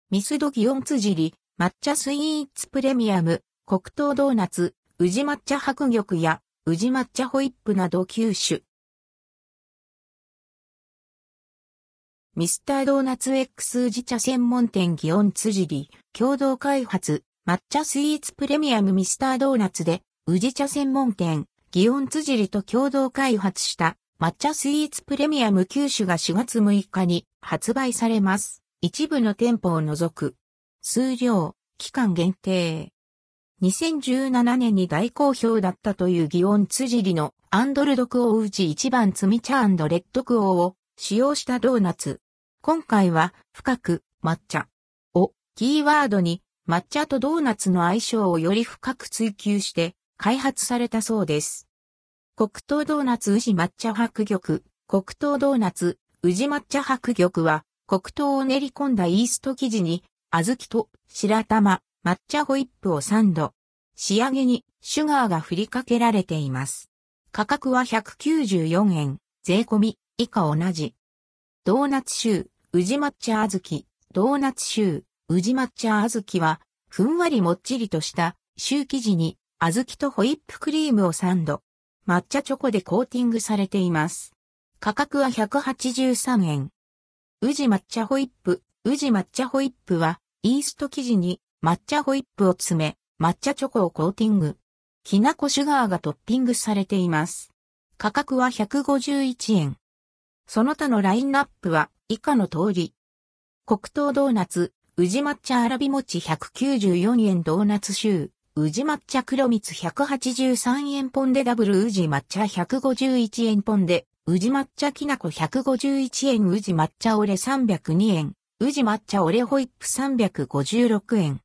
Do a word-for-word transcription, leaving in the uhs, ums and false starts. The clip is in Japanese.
ミスド祇園辻抹茶スイーツプレミアム、黒糖ドーナツ、宇治抹茶白玉や宇治抹茶ホイップなどきゅう種。ミスタードーナツ X 宇治茶専門店祇園辻共同開発抹茶スイーツプレミアムミスタードーナツで宇治茶専門店祇園辻と共同開発した抹茶スイーツプレミアムきゅう種がしがつむいかに発売されます。一部の店舗を除く。数量、期間限定。にせんじゅうななねんに大好評だったという祇園辻のアンドルドクオー宇治一番摘み茶&レッドクオーを使用したドーナツ。今回は深く抹茶をキーワードに抹茶とドーナツの相性をより深く追求して開発されたそうです。黒糖ドーナツ宇治抹茶白玉、黒糖ドーナツ宇治抹茶白玉は黒糖を練り込んだイースト生地に小豆と白玉、抹茶ホイップをサンド。仕上げにシュガーが振りかけられています。価格はひゃくきゅうじゅうよんえん、税込み、以下同じ。ドーナツシュー、宇治抹茶小豆、ドーナツシュー、宇治抹茶小豆は、ふんわりもっちりとしたシュー生地に小豆とホイップクリームをサンド。抹茶チョコでコーティングされています。価格はひゃくはちじゅうさんえん。宇治抹茶ホイップ、宇治抹茶ホイップは、イースト生地に抹茶ホイップを詰め、抹茶チョコをコーティング。きなこシュガーがトッピングされています。価格はひゃくごじゅういちえん。その他のラインナップは以下の通り。黒糖ドーナツ、宇治抹茶あらび餅ひゃくきゅうじゅうよんえんドーナツシュー、宇治抹茶黒蜜ひゃくはちじゅうさんえんポンデダブル宇治抹茶ひゃくごじゅういちえんポンデ、宇治抹茶きなこひゃくごじゅういちえん宇治抹茶オレさんびゃくにえん、宇治抹茶オレホイップさんびゃくごじゅうろくえん。